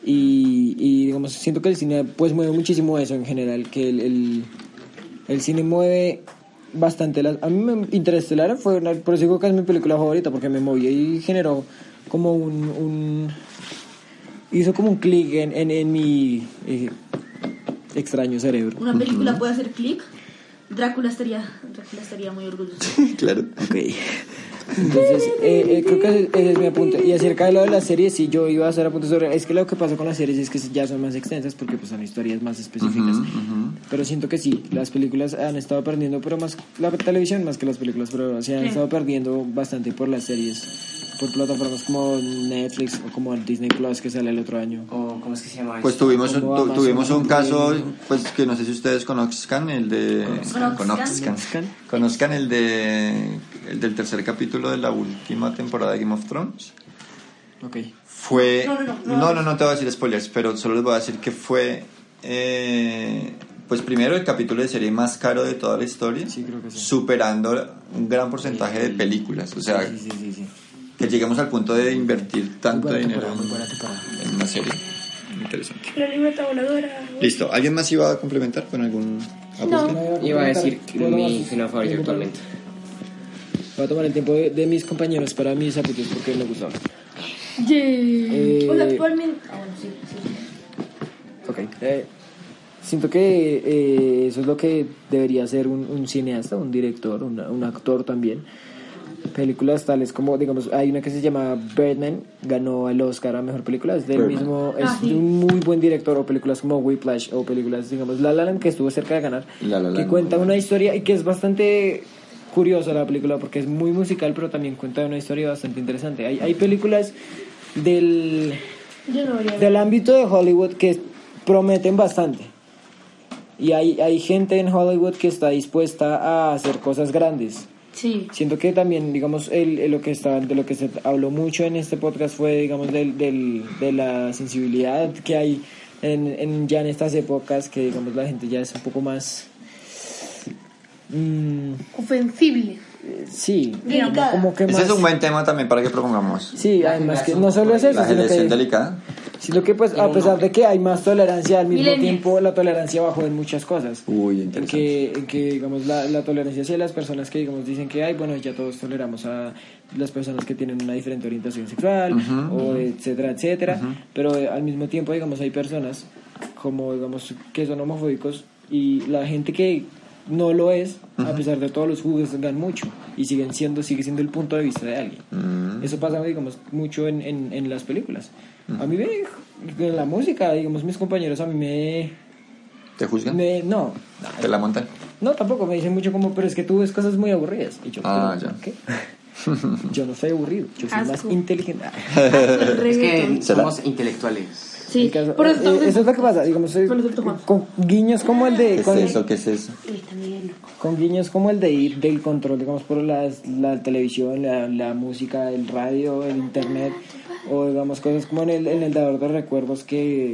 Y, y, digamos, siento que el cine pues mueve muchísimo eso en general. Que el, el, el cine mueve bastante. Las, a mí me Interestelar fue una, por eso digo que es mi película favorita, porque me movió y generó como un... un hizo como un clic en, en, en mi eh, extraño cerebro. Una película puede hacer clic. Drácula estaría, Drácula estaría muy orgulloso. Claro. Ok. Entonces, eh, eh, creo que ese, ese es mi apunte. Y acerca de lo de las series, sí, yo iba a hacer apuntes sobre... Es que lo que pasa con las series es que ya son más extensas porque pues son historias más específicas. Ujú, ujú. Pero siento que sí, las películas han estado perdiendo, pero más la televisión más que las películas, pero se han Sí. estado perdiendo bastante por las series, por plataformas como Netflix o como Disney Plus que sale el otro año. O, ¿cómo es que se llama Pues esto? tuvimos un, Como tu- Amazon tuvimos un Prime. caso, pues que no sé si ustedes conozcan, el de... Conozcan. Conozcan. Conozcan el de... El del tercer capítulo de la última temporada de Game of Thrones. Ok. Fue... No, no, no, no. no, no, no te voy a decir spoilers, pero solo les voy a decir que fue... eh, pues primero el capítulo de serie más caro de toda la historia, Sí, creo que sí. superando un gran porcentaje de películas. O sea, Sí, sí, sí, sí. que lleguemos al punto de invertir tanto Muy buena dinero temporada, muy buena temporada. en una serie. Interesante. La libreta voladora. Listo. ¿Alguien más iba a complementar con algún apunte? Iba a decir que Bueno, mi vamos. final favorito actualmente. Voy a tomar el tiempo de, de mis compañeros para mis apuntes porque me gustaban. Yeah. Eh, O sea, actualmente. Ah, bueno, sí, sí. Ok. Eh, siento que eh, eso es lo que debería hacer un, un cineasta, un director, una- un actor también. Películas tales como, digamos, hay una que se llama Birdman, ganó el Oscar a Mejor Película, es del Birdman. mismo, es Ah, sí. de un muy buen director, o películas como Whiplash, o películas, digamos, La La Land, que estuvo cerca de ganar, La La que Land, cuenta muy una historia y que es bastante curiosa la película, porque es muy musical, pero también cuenta una historia bastante interesante. Hay, hay películas del... Yo no vería. del ámbito de Hollywood que prometen bastante. Y hay, hay gente en Hollywood que está dispuesta a hacer cosas grandes. Sí. Siento que también, digamos, el, el lo que está, de lo que se habló mucho en este podcast fue, digamos, del, del, de la sensibilidad que hay en, en ya en estas épocas, que, digamos, la gente ya es un poco más... mm, Ofensible. sí, Delicada. como que más... Ese es un buen tema también para que propongamos. Sí, además que no solo es eso, La sino generación que... delicada. Sino que pues a pesar de que hay más tolerancia, al mismo Millennials. tiempo la tolerancia bajó en muchas cosas. Uy, En interesante. que, en que digamos la, la tolerancia hacia las personas que digamos dicen que hay, bueno, ya todos toleramos a las personas que tienen una diferente orientación sexual, Ujú, o etcétera, etcétera, pero eh, al mismo tiempo digamos hay personas como digamos que son homofóbicos y la gente que no lo es, a pesar de todos los juzgan mucho y siguen siendo, sigue siendo el punto de vista de alguien. Mm. Eso pasa, digamos, mucho en, en, en las películas. A mí me... En la música, digamos, mis compañeros a mí me... ¿Te juzgan? me no, ¿Te la montan? no, tampoco. Me dicen mucho como, pero es que tú ves cosas muy aburridas. Y yo, Ah, pero, ya. ¿qué? Yo no soy aburrido, yo soy más Asco. inteligente. Es que ¿Será? somos intelectuales. Sí. El caso- Por eso, eh, estamos en- eso es lo que pasa, digamos, soy- Con nosotros, Juan. con guiños como el de... ¿Qué con- es eso? ¿Qué es eso? Está bien loco. Con guiños como el de ir del control, digamos, por las, la televisión, la, la música, el radio, el internet, o digamos cosas como en el, en el dador de recuerdos que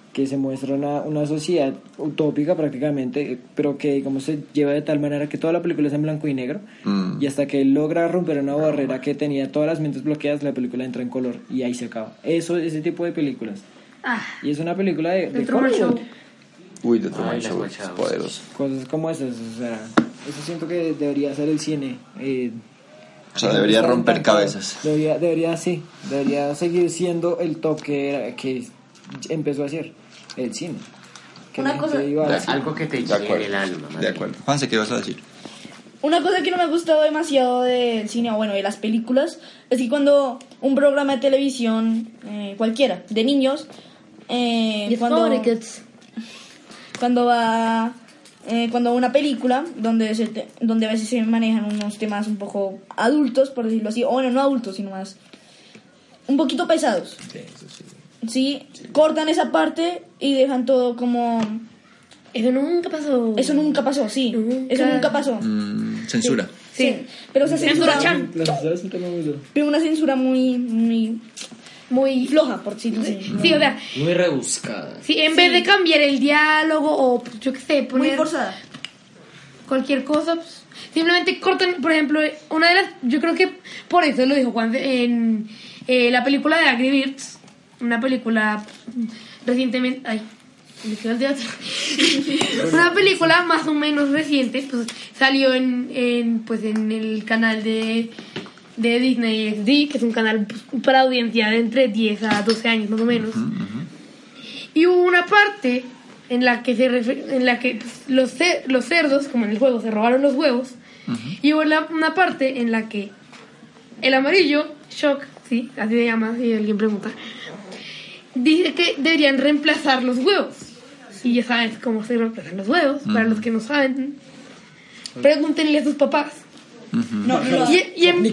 que se muestra una, una sociedad utópica prácticamente, pero que digamos se lleva de tal manera que toda la película es en blanco y negro, Mm. y hasta que él logra romper una barrera que tenía todas las mentes bloqueadas, la película entra en color y ahí se acaba. Eso, ese tipo de películas. Ah, Y es una película de, de The Truman Hollywood. Show. Uy, The Truman Ay, las Show es guachadas. poderoso. Cosas como esas, o sea, eso siento que debería ser el cine. Eh, O sea, debería está romper encantado. cabezas. Debería, debería, sí, debería seguir siendo el top que, era- que empezó a hacer el cine. Que Una la gente cosa- iba al cine. Algo que te De llene acuerdo. el alma. más De bien. acuerdo. Juanse, ¿qué vas a decir? Una cosa que no me ha gustado demasiado del cine, o bueno, de las películas, es que cuando un programa de televisión, eh, cualquiera, de niños, eh, Yes, cuando, sorry, kids. cuando va, eh, cuando una película donde, se te- donde a veces se manejan unos temas un poco adultos, por decirlo así, o bueno, no adultos, sino más un poquito pesados. Sí, cortan esa parte y dejan todo como... Eso nunca pasó. Eso nunca pasó, sí, Nunca. eso nunca pasó. Mm, censura. Sí, pero esa Censura censura... chan. La sociedad es un tema muy duro. Pero una censura muy, muy Muy floja, por decirlo así. Sí, o sea, Muy rebuscada. sí, en vez de cambiar el diálogo o yo qué sé, Muy poner forzada. cualquier cosa, pues, simplemente cortan, por ejemplo, una de las, yo creo que por eso lo dijo Juan en eh, la película de Angry Birds, una película pues, recientemente, ay, me quedó el teatro. Una película más o menos reciente, pues salió en, en pues en el canal de de Disney X D, que es un canal pues, para audiencia de entre diez a doce años más o menos. Y hubo una parte en la que se refer- en la que pues, los ce- los cerdos, como en el juego, se robaron los huevos. Y hubo la- una parte en la que el amarillo, Shock, sí, así se llama, si alguien pregunta, dice que deberían reemplazar los huevos. Y ya sabes cómo se reemplazan los huevos. Para los que no saben, pregúntenle a sus papás. No, no, Y, y en,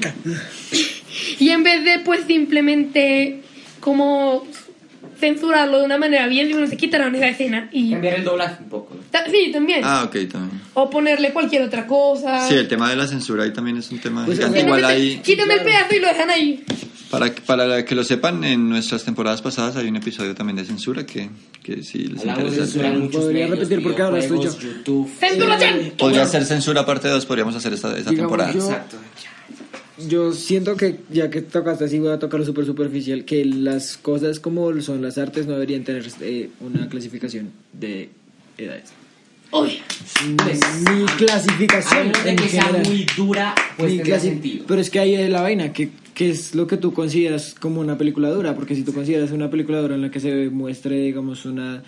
y en vez de pues simplemente como censurarlo de una manera bien, simplemente quitaron esa escena y Cambiar el doblaje un poco. ¿no? Ta- sí, también. Ah, ok, también. O ponerle cualquier otra cosa. Sí, el tema de la censura ahí también es un tema Pues, gigante. o sea, Igual Simplemente ahí, Quitan el pedazo y lo dejan ahí. para, para que lo sepan, en nuestras temporadas pasadas hay un episodio también de censura que, que si les Hablamos de interesa. censura en muchos Podría medios, repetir porque ahora estoy yo. videojuegos, YouTube. ¡Censura, Chan! Podría ser censura parte dos, podríamos hacer esta, esta Digamos, temporada. yo- Exacto. Yo siento que, ya que tocaste así, voy a tocar lo súper superficial, que las cosas como son las artes no deberían tener eh, una clasificación de edades. Uy, Pues, Ni A clasificación menos de en que sea general. muy dura, pues Ni tendría clasi- sentido. Pero es que ahí es la vaina, que, que es lo que tú consideras como una película dura, porque si tú consideras una película dura en la que se muestre, digamos, una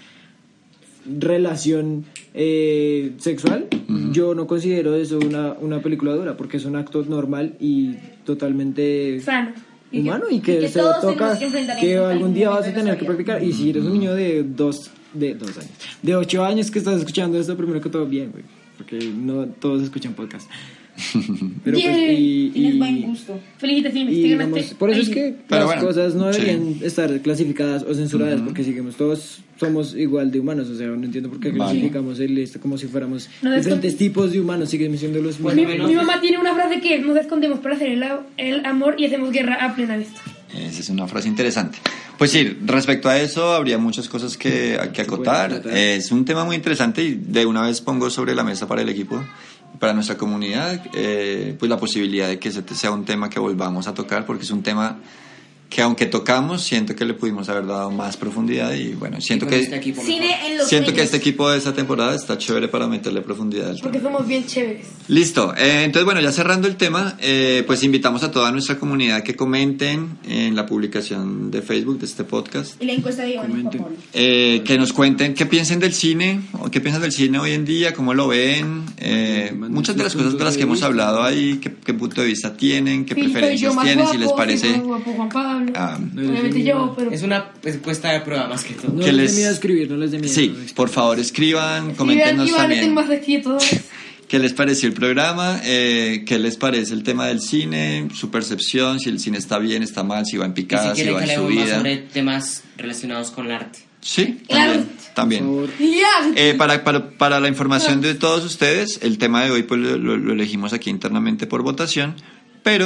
relación eh, sexual, yo no considero eso una, una película dura, porque es un acto normal y totalmente sano. humano y que, y que se todos toca tenemos que enfrentar que en algún día vas a algún tener momento que de nuestra practicar. Y si eres un niño de dos de dos años, de ocho años que estás escuchando esto, primero que todo bien, güey, porque no todos escuchan podcast. Pero pues Yeah. y, Tienes y- buen gusto. Felicitaciones, y te digamos, ganaste. por eso es Ay, que Pero las bueno, cosas no sí. deberían estar clasificadas o censuradas, porque sigamos todos somos igual de humanos, o sea, no entiendo por qué Vale. clasificamos el esto como si fuéramos No, diferentes esto- tipos de humanos, siguen siendo los Mi, mismos. mi mamá tiene una frase que es, nos escondemos para hacer el, a- el amor y hacemos guerra a plena vista. Esa es una frase interesante. Pues sí, respecto a eso habría muchas cosas que, que acotar. tratar. Es un tema muy interesante y de una vez pongo sobre la mesa para el equipo, para nuestra comunidad, eh, pues la posibilidad de que ese sea un tema que volvamos a tocar, porque es un tema que aunque tocamos, siento que le pudimos haber dado más profundidad y bueno, siento Y con que este equipo Cine mejor. en los siento que sueños. este equipo de esta temporada está chévere para meterle profundidad al Porque tema. somos bien chéveres. Listo, eh, entonces bueno, ya cerrando el tema, eh, pues invitamos a toda nuestra comunidad que comenten en la publicación de Facebook de este podcast, Y la encuesta de Iván y Juan Comenten. Pablo. eh, que nos cuenten qué piensan del cine, o qué piensan del cine hoy en día, cómo lo ven, eh, Manden muchas de sus las cosas de las que hemos puntos de hablado ahí, qué, qué punto de vista tienen, qué Sí, soy yo preferencias más tienen, guapo, si les soy parece... más guapo Juan Pablo. ah, Obviamente yo, pero... Es una encuesta de prueba más que todo. No que les les- dé miedo escribir, no les dé miedo. sí, por favor escriban, coméntenos Iván es el también. más sexy de todos. ¿Qué les pareció el programa? Eh, ¿Qué les parece el tema del cine? Su percepción, si el cine está bien, está mal, si va en Y si picada, si quieren va que en hablemos más subida. sobre temas relacionados con el arte. Sí, Claro. también. también. Por favor. Ya. Eh, para, para, para la información de todos ustedes, el tema de hoy pues lo, lo- lo elegimos aquí internamente por votación, pero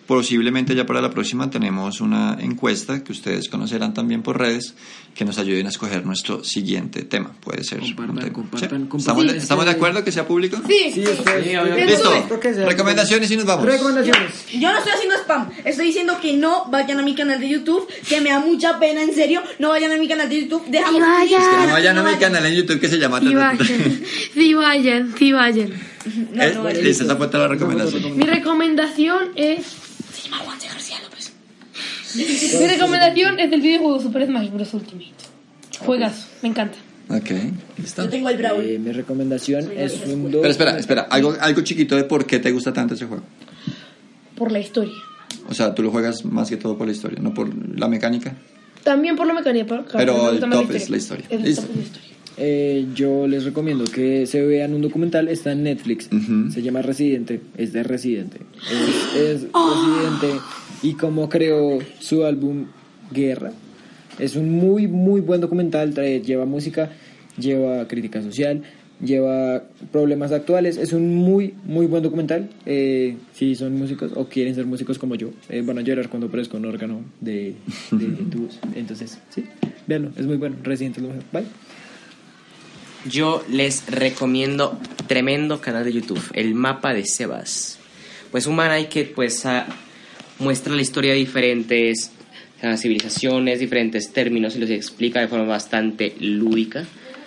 posiblemente ya para la próxima tenemos una encuesta que ustedes conocerán también por redes que nos ayuden a escoger nuestro siguiente tema. Puede ser Compartan, un tema. compartan, ¿Sí? compartan. ¿Estamos, Sí. ¿Estamos de acuerdo que sea público? Sí, Sí, estoy- Sí, estoy- obviamente. Listo. esto que sea- Recomendaciones y nos vamos. Recomendaciones. Yo no estoy haciendo spam, estoy diciendo que no vayan a mi canal de YouTube, que me da mucha pena, en serio, no vayan a mi canal de YouTube, dejamos Y vayan. un link Que para no vayan que a mi vayan. canal en YouTube que se llama... sí vayan, sí vayan, sí vayan. No, Eh, no vayan. Listo, esa fue toda la recomendación. Mi recomendación es... Se llama Juan C. García López. Mi recomendación es el videojuego Super Smash Bros. Ultimate. Juegas, me encanta. Ok, listo. Yo tengo el Brawl. Eh, mi recomendación es un... Pero espera, espera, algo, algo chiquito de por qué te gusta tanto ese juego. Por la historia. O sea, tú lo juegas más que todo por la historia, no por la mecánica. También por la mecánica. Pero, Pero me el gusta más top es la historia. El Listo. top es la historia. Eh, yo les recomiendo que se vean un documental, está en Netflix, Ujú. se llama Residente, es de Residente, es, es Residente y cómo creó su álbum Guerra. Es un muy muy buen documental, trae, lleva música, lleva crítica social, lleva problemas actuales, es un muy muy buen documental. Eh, si son músicos o quieren ser músicos como yo, eh, van a llorar cuando aparezca un órgano de, de tubos, entonces sí, véanlo, es muy bueno. Residente es lo mejor. Bye. Yo les recomiendo tremendo canal de YouTube, El Mapa de Sebas. Pues un man ahí que pues ah, muestra la historia de diferentes ah, civilizaciones, diferentes términos y los explica de forma bastante lúdica.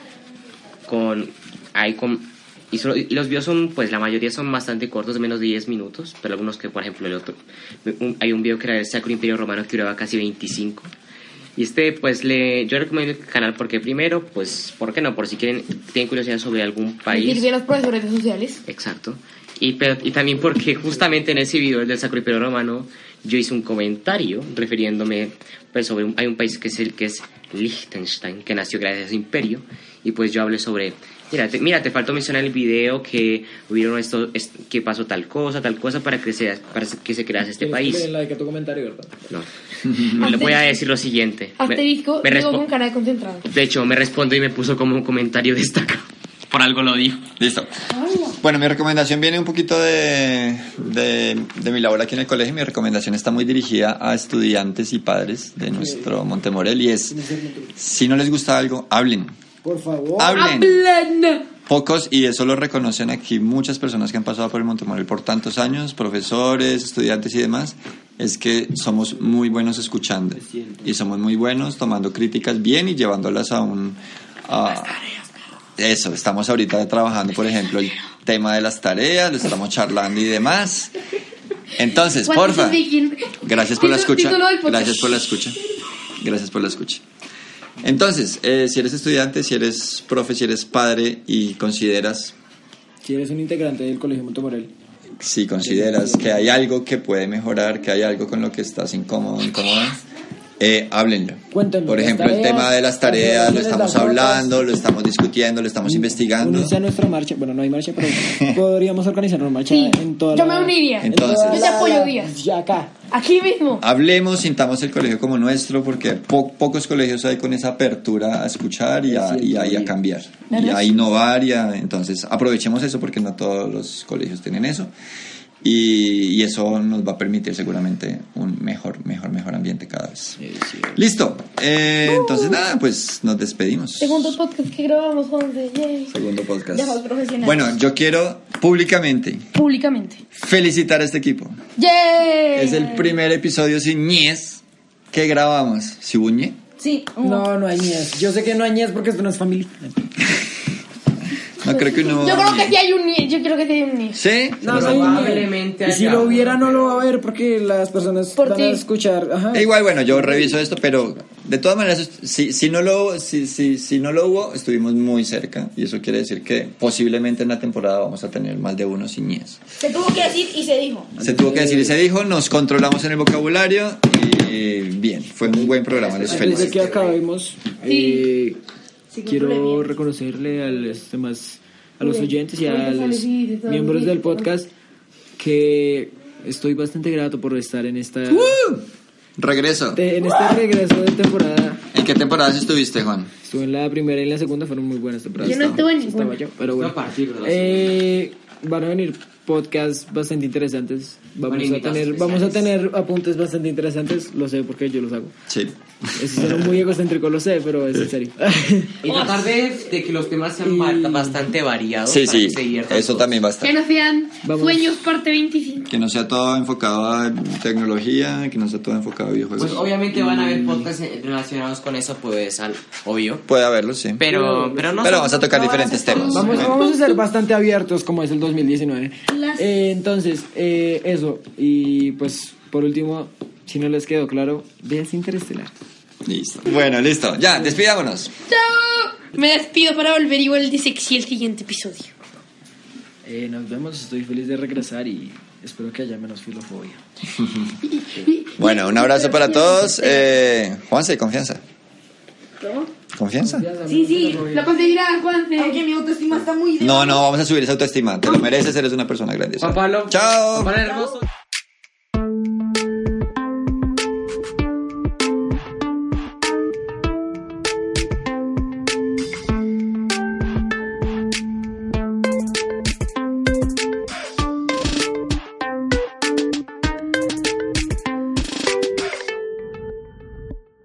Con, hay con, y, solo- y los videos son, pues la mayoría son bastante cortos, de menos de diez minutos, pero algunos que, por ejemplo, el otro, un- hay un video que era del Sacro Imperio Romano que duraba casi veinticinco. Y este, pues, le, yo recomiendo el canal porque primero, pues, ¿por qué no? Por si quieren, tienen curiosidad sobre algún Y país. de los profesores de sociales. Exacto. Y, pero, y también porque justamente en ese video del Sacro Imperio Romano yo hice un comentario refiriéndome pues sobre un, hay un país que es el que es Liechtenstein, que nació gracias a ese imperio, y pues yo hablé sobre mira te, mira, te faltó mencionar el video que hubieron esto es- que pasó tal cosa, tal cosa para que se para que se crease este país. En like a tu comentario, ¿verdad? No. Le voy a decir lo siguiente. Me- Asterisco, me luego respo- con cara de concentrado. de hecho, me respondió y me puso como un comentario destacado. Por algo lo dijo. Listo. Bueno, mi recomendación viene un poquito de, de, de mi labor aquí en el colegio. Mi recomendación está muy dirigida a estudiantes y padres de nuestro Montemorel y es, si no les gusta algo, hablen. Por favor. Hablen. ¡Hablan! Pocos, y eso lo reconocen aquí muchas personas que han pasado por el Montemorel por tantos años, profesores, estudiantes y demás, es que somos muy buenos escuchando y somos muy buenos tomando críticas bien y llevándolas a un... a- eso, estamos ahorita trabajando, por ejemplo, el tema de las tareas, lo estamos charlando y demás. Entonces, What porfa, is thinking? gracias por la Título- escucha, título del podcast. gracias por la escucha, gracias por la escucha. Entonces, eh, si eres estudiante, si eres profe, si eres padre y consideras, Si eres un integrante del Colegio Montemorel, si consideras que hay algo que puede mejorar, que hay algo con lo que estás incómodo, incómoda, eh, háblenlo. Cuéntenlo, Por las ejemplo, el tareas, tema de las las tareas, lo evaluaciones, estamos las notas. hablando, lo estamos discutiendo, lo estamos investigando. unirse a nuestra marcha. Bueno, no hay marcha, pero podríamos organizar una marcha Sí, en toda yo la... me uniría. en toda Entonces- Yo te apoyo, Díaz. Ya acá. Aquí mismo. Hablemos, sintamos el colegio como nuestro, porque po- pocos colegios hay con esa apertura a escuchar y a, y a- y a cambiar, y a innovar, y a, entonces aprovechemos eso porque no todos los colegios tienen eso, y, y eso nos va a permitir seguramente un mejor, mejor, mejor ambiente cada vez. Listo, eh, entonces nada, pues nos despedimos. Segundo podcast que grabamos, Juanse. Yay. Segundo podcast. Ya más profesionales. Bueno, yo quiero públicamente Públicamente. felicitar a este equipo. ¡Yay! Es el primer episodio sin ñes que grabamos. ¿Sí hubo ñe? Sí, un- No, no hay ñez. Yo sé que no hay ñez porque esto no es familia. No creo que no. Yo creo que sí hay un ni- Yo creo que sí hay un ni- ¿Sí? No, no hay Probablemente ñez. Y si haya- lo hubiera, no lo va a ver porque las personas Por van ti. a escuchar. Ajá. E igual, bueno, yo reviso esto, pero de todas maneras, si, si, no lo, si, si, si no lo hubo, estuvimos muy cerca. Y eso quiere decir que posiblemente en la temporada vamos a tener más de uno sin ñes. se tuvo que decir y se dijo. Se tuvo que decir y se dijo, nos controlamos en el vocabulario y bien, fue un buen programa, les Antes de felicito. que acabemos, eh, Sí, quiero cumple bien. reconocerle a los demás, a los Bien. oyentes y a Ahorita sale, los sí, de todo, miembros sí, del de todo. podcast que estoy bastante grato por estar en esta Regreso. de- en este regreso de temporada. ¿En qué temporadas estuviste, Juan? Estuve en la primera y en la segunda, fueron muy buenas temporadas. Yo no estuve en Estaba ninguna. yo, pero bueno. A partir de la Eh, van a venir podcasts bastante interesantes. Vamos Con a tener, invitados vamos a especiales. tener apuntes bastante interesantes. Lo sé porque yo los hago. Sí. Eso suena muy egocéntrico, lo sé, pero es en serio. Y tratar de, de que los temas sean ba- bastante variados. Sí, para sí, que se diviertan eso todos. también va a estar. Que no sean Vamos. sueños parte veinticinco. Que no sea todo enfocado a tecnología, que no sea todo enfocado a videojuegos. Pues obviamente van a haber podcasts eh, relacionados con eso, pues al, obvio. Puede haberlo, sí. Pero, pero no Pero son- vamos a tocar no van a diferentes ser todos. temas. Vamos, vamos a ser bastante abiertos como es el dos mil diecinueve. Las- Eh, entonces, eh, eso. Y pues, por último, si no les quedó claro, veas Interestelar. Listo. Bueno, listo. Ya, despidámonos. ¡Chao! Me despido para volver igual de sexy el siguiente episodio. Eh, nos vemos, estoy feliz de regresar y espero que haya menos filofobia. Bueno, un abrazo para todos. Eh, Juanse, confianza. ¿Cómo? ¿Confianza? Sí, sí. Lo conseguirás, Juanse. Aunque mi autoestima está muy... No, no, vamos a subir esa autoestima. Te lo mereces, eres una persona grande. Juan Pablo. Chao. Juan Pablo hermoso.